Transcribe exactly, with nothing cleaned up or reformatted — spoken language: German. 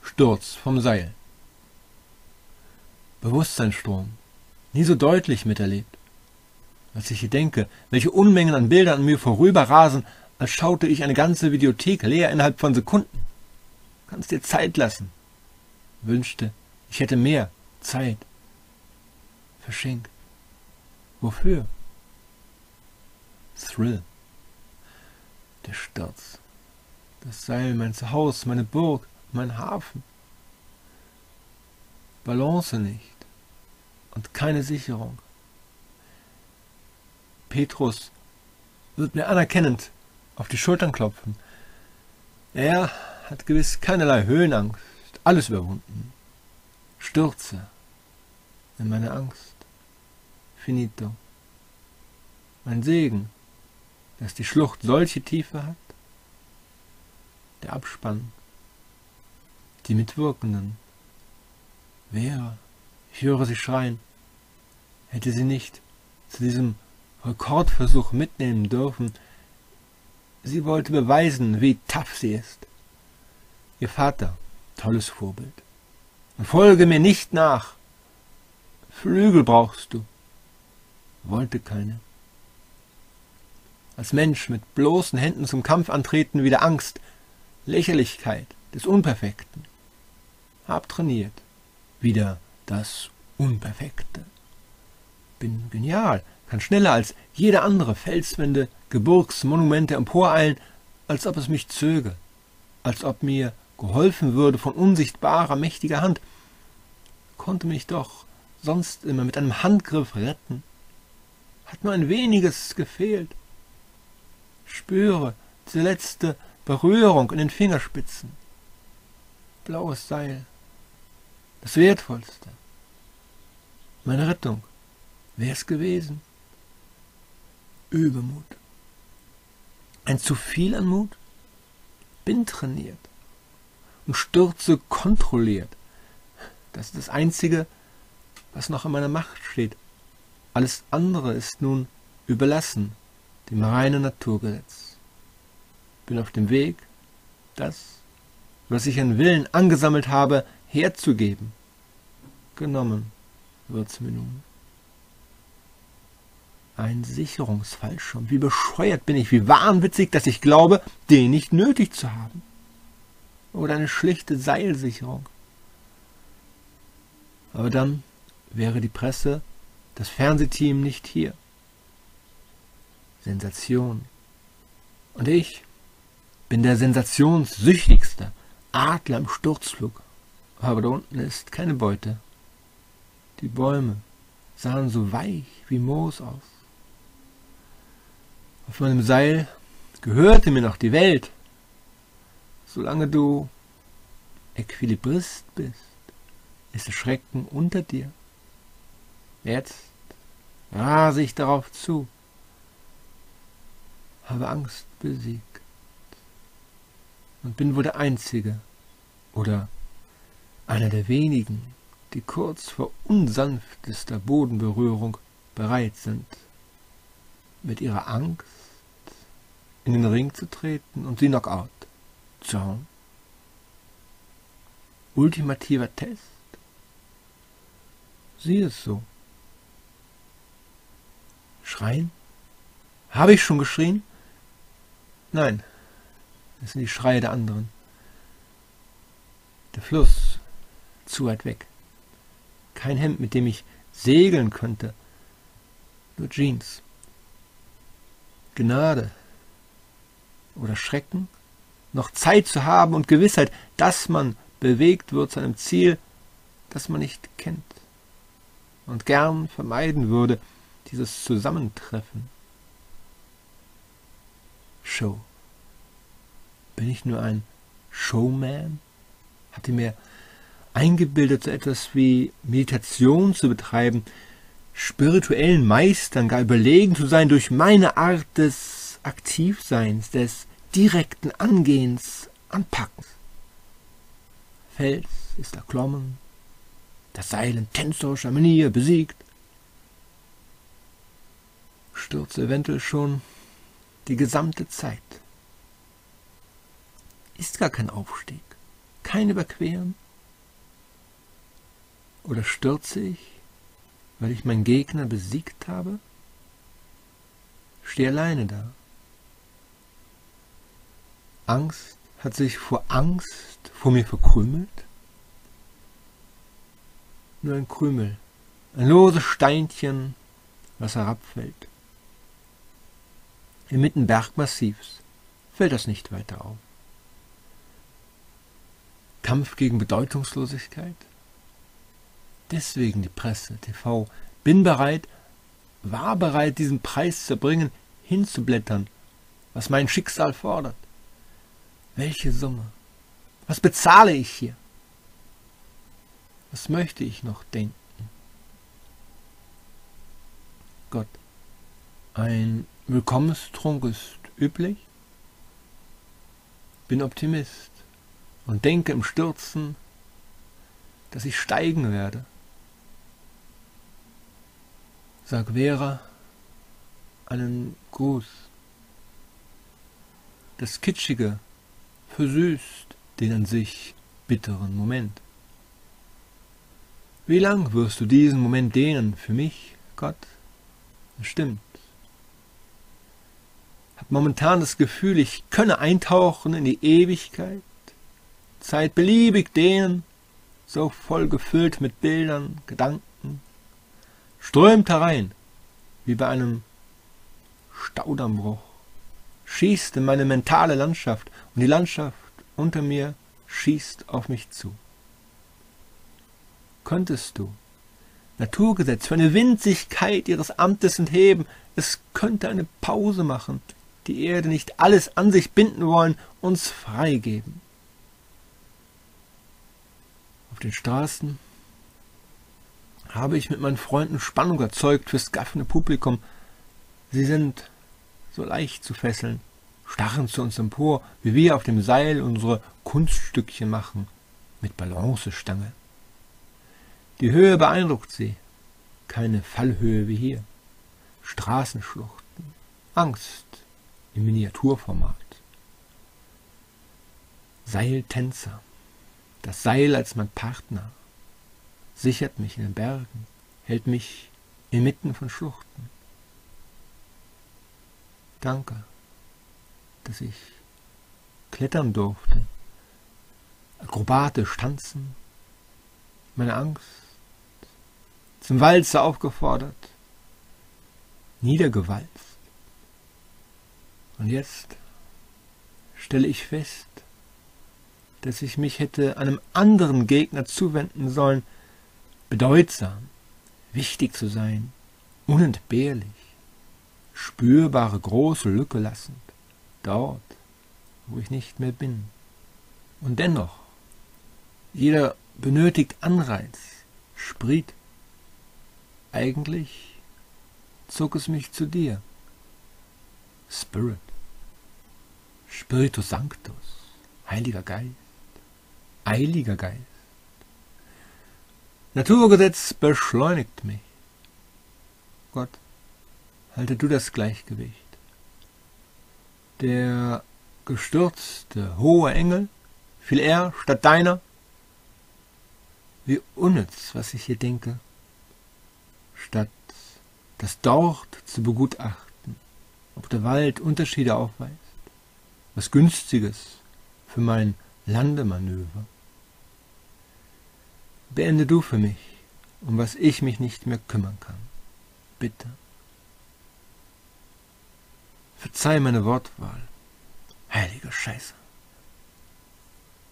Sturz vom Seil. Bewusstseinsstrom. Nie so deutlich miterlebt. Als ich hier denke, welche Unmengen an Bildern an mir vorüberrasen, als schaute ich eine ganze Videothek leer innerhalb von Sekunden. Kannst dir Zeit lassen. Wünschte, ich hätte mehr Zeit. Verschenkt. Wofür? Thrill. Der Sturz. Das Seil, mein Zuhause, meine Burg, mein Hafen. Balance nicht. Und keine Sicherung. Petrus wird mir anerkennend auf die Schultern klopfen. Er hat gewiss keinerlei Höhenangst, alles überwunden. Stürze in meine Angst. Finito. Mein Segen, dass die Schlucht solche Tiefe hat. Der Abspann. Die Mitwirkenden. Wer, ich höre sie schreien, hätte sie nicht zu diesem Rekordversuch mitnehmen dürfen. Sie wollte beweisen, wie tough sie ist. Ihr Vater, tolles Vorbild. Und folge mir nicht nach. Flügel brauchst du. Wollte keine. Als Mensch mit bloßen Händen zum Kampf antreten, wieder Angst, Lächerlichkeit des Unperfekten. Hab trainiert. Wieder das Unperfekte. Bin genial, kann schneller als jeder andere Felswände, Gebirgsmonumente emporeilen, als ob es mich zöge, als ob mir geholfen würde von unsichtbarer, mächtiger Hand. Konnte mich doch sonst immer mit einem Handgriff retten. Hat nur ein weniges gefehlt. Spüre diese letzte Berührung in den Fingerspitzen. Blaues Seil. Das Wertvollste. Meine Rettung. Wär's gewesen? Übermut. Ein zu viel an Mut? Bin trainiert und stürze kontrolliert. Das ist das Einzige, was noch in meiner Macht steht. Alles andere ist nun überlassen, dem reinen Naturgesetz. Bin auf dem Weg, das, was ich an Willen angesammelt habe, herzugeben. Genommen wird's mir nun. Ein Sicherungsfallschirm. Wie bescheuert bin ich, wie wahnwitzig, dass ich glaube, den nicht nötig zu haben. Oder eine schlichte Seilsicherung. Aber dann wäre die Presse, das Fernsehteam nicht hier. Sensation. Und ich bin der sensationssüchtigste Adler im Sturzflug. Aber da unten ist keine Beute. Die Bäume sahen so weich wie Moos aus. Auf meinem Seil gehörte mir noch die Welt. Solange du Equilibrist bist, ist der Schrecken unter dir. Jetzt rase ich darauf zu, habe Angst besiegt und bin wohl der Einzige oder einer der wenigen, die kurz vor unsanftester Bodenberührung bereit sind, mit ihrer Angst in den Ring zu treten und sie Knockout zu hauen. Ultimativer Test. Sieh es so. Schreien? Habe ich schon geschrien? Nein, das sind die Schreie der anderen. Der Fluss, zu weit weg. Kein Hemd, mit dem ich segeln könnte. Nur Jeans. Gnade oder Schrecken, noch Zeit zu haben und Gewissheit, dass man bewegt wird zu einem Ziel, das man nicht kennt und gern vermeiden würde, dieses Zusammentreffen. Show. Bin ich nur ein Showman? Hatte mir eingebildet, so etwas wie Meditation zu betreiben, spirituellen Meistern gar überlegen zu sein durch meine Art des Aktivseins, des direkten Angehens, Anpackens. Fels ist erklommen, das Seil in tänzerischer Manier besiegt. Stürze eventuell schon die gesamte Zeit. Ist gar kein Aufstieg, kein Überqueren? Oder stürze ich, weil ich meinen Gegner besiegt habe? Stehe alleine da. Angst hat sich vor Angst vor mir verkrümelt? Nur ein Krümel, ein loses Steinchen, was herabfällt. Inmitten Bergmassivs fällt das nicht weiter auf. Kampf gegen Bedeutungslosigkeit? Deswegen die Presse, T V. Bin bereit, war bereit, diesen Preis zu erbringen, hinzublättern, was mein Schicksal fordert. Welche Summe? Was bezahle ich hier? Was möchte ich noch denken? Gott, ein Willkommenstrunk ist üblich? Bin Optimist und denke im Stürzen, dass ich steigen werde. Sag Vera einen Gruß. Das Kitschige versüßt den an sich bitteren Moment. Wie lang wirst du diesen Moment dehnen für mich, Gott? Das stimmt. Hab momentan das Gefühl, ich könne eintauchen in die Ewigkeit, Zeit beliebig dehnen, so voll gefüllt mit Bildern, Gedanken, strömt herein, wie bei einem Staudammbruch, schießt in meine mentale Landschaft und die Landschaft unter mir schießt auf mich zu. Könntest du Naturgesetz für eine Winzigkeit ihres Amtes entheben, es könnte eine Pause machen, die Erde nicht alles an sich binden wollen, uns freigeben. Auf den Straßen habe ich mit meinen Freunden Spannung erzeugt fürs gaffende Publikum. Sie sind so leicht zu fesseln, starren zu uns empor, wie wir auf dem Seil unsere Kunststückchen machen, mit Balancestange. Die Höhe beeindruckt sie, keine Fallhöhe wie hier. Straßenschluchten, Angst im Miniaturformat. Seiltänzer, das Seil als mein Partner, sichert mich in den Bergen, hält mich inmitten von Schluchten. Danke, dass ich klettern durfte, akrobatisch tanzen, meine Angst zum Walzer aufgefordert, niedergewalzt. Und jetzt stelle ich fest, dass ich mich hätte einem anderen Gegner zuwenden sollen, bedeutsam, wichtig zu sein, unentbehrlich, spürbare große Lücke lassend, dort, wo ich nicht mehr bin. Und dennoch, jeder benötigt Anreiz, Sprit. Eigentlich zog es mich zu dir. Spirit, Spiritus Sanctus, Heiliger Geist, Eiliger Geist. Naturgesetz beschleunigt mich. Gott, halte du das Gleichgewicht. Der gestürzte, hohe Engel fiel er statt deiner. Wie unnütz, was ich hier denke, statt das dort zu begutachten, ob der Wald Unterschiede aufweist, was Günstiges für mein Landemanöver. Beende du für mich, um was ich mich nicht mehr kümmern kann. Bitte. Verzeih meine Wortwahl, heilige Scheiße.